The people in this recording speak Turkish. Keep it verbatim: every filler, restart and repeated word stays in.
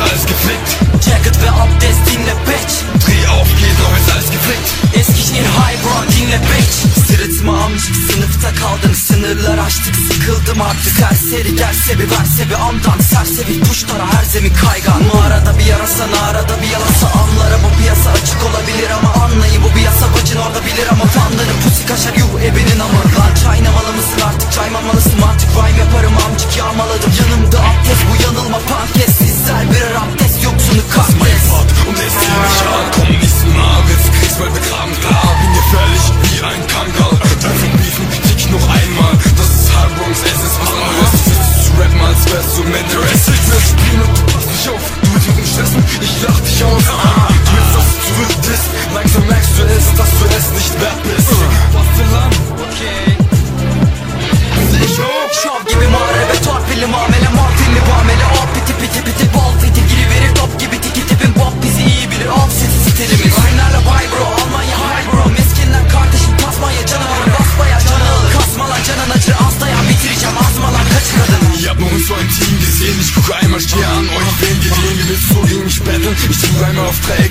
alles geflickt. Jacket ve abdest dinle bitch. Dreh auf, geht noch, ist alles geflickt. Eskişehir high bro dinle bitch. Sırıtma amcık, sınıfta kaldım, sınırlar aştık, sıkıldım artık. Serseri gelse bir verse bir andan, serseri tuşlara her zemin kaygan. Mağarada bir yarasa, narada bir yalasa, anlara bu piyasa açık olabilir ama anlayı bu bir yasa, bacın orada bilir ama fanların pusi kaşar yuh ebinin amır. Lan çaynamalı mısın artık, çaymamalısın mantık, rhyme yaparım amcık, yağmaladım yanımda abdest, bu yanılma pankes. Sizler birer abdest, yoksunu Mein kahves. Gott, und es zieht mich an, komm nicht so nah, wenn's kriegst, weil wir graben klar. Bin gefährlich wie ein Kangal, davon beefen, tick noch einmal. Das ist Hard Bronx, es ist was anderes. Es ist zu rappen, als wärst du Menderes. Ich will spielen und du passt nicht auf, du willst mit dem stressen, ich lach dich aus. Du willst, dass du wild bist, langsam merkst du es, dass du es nicht wert bist. Was denn lang? Okay. Şov gibi mağara ve torpilli muamele, morfinli muamele. O piti piti piti bol fiti, giriverir top gibi tiki tipin pop, bizi iyi bilir alt sesi stilimiz. Rhyme'larla bay bro, Almanya high bro. Miskinler kardeşim tasmaya, canavarım basbaya, canı alır. Kasma lan canın acır, az dayan bitireceğim, azma lan kaç kadın. Ihr habt noch so ein Team gesehen, ich gucke einmal, stehe an euch, wen geht ihr, wie willst du gegen mich battlen? Ich tu einmal auf Dreieck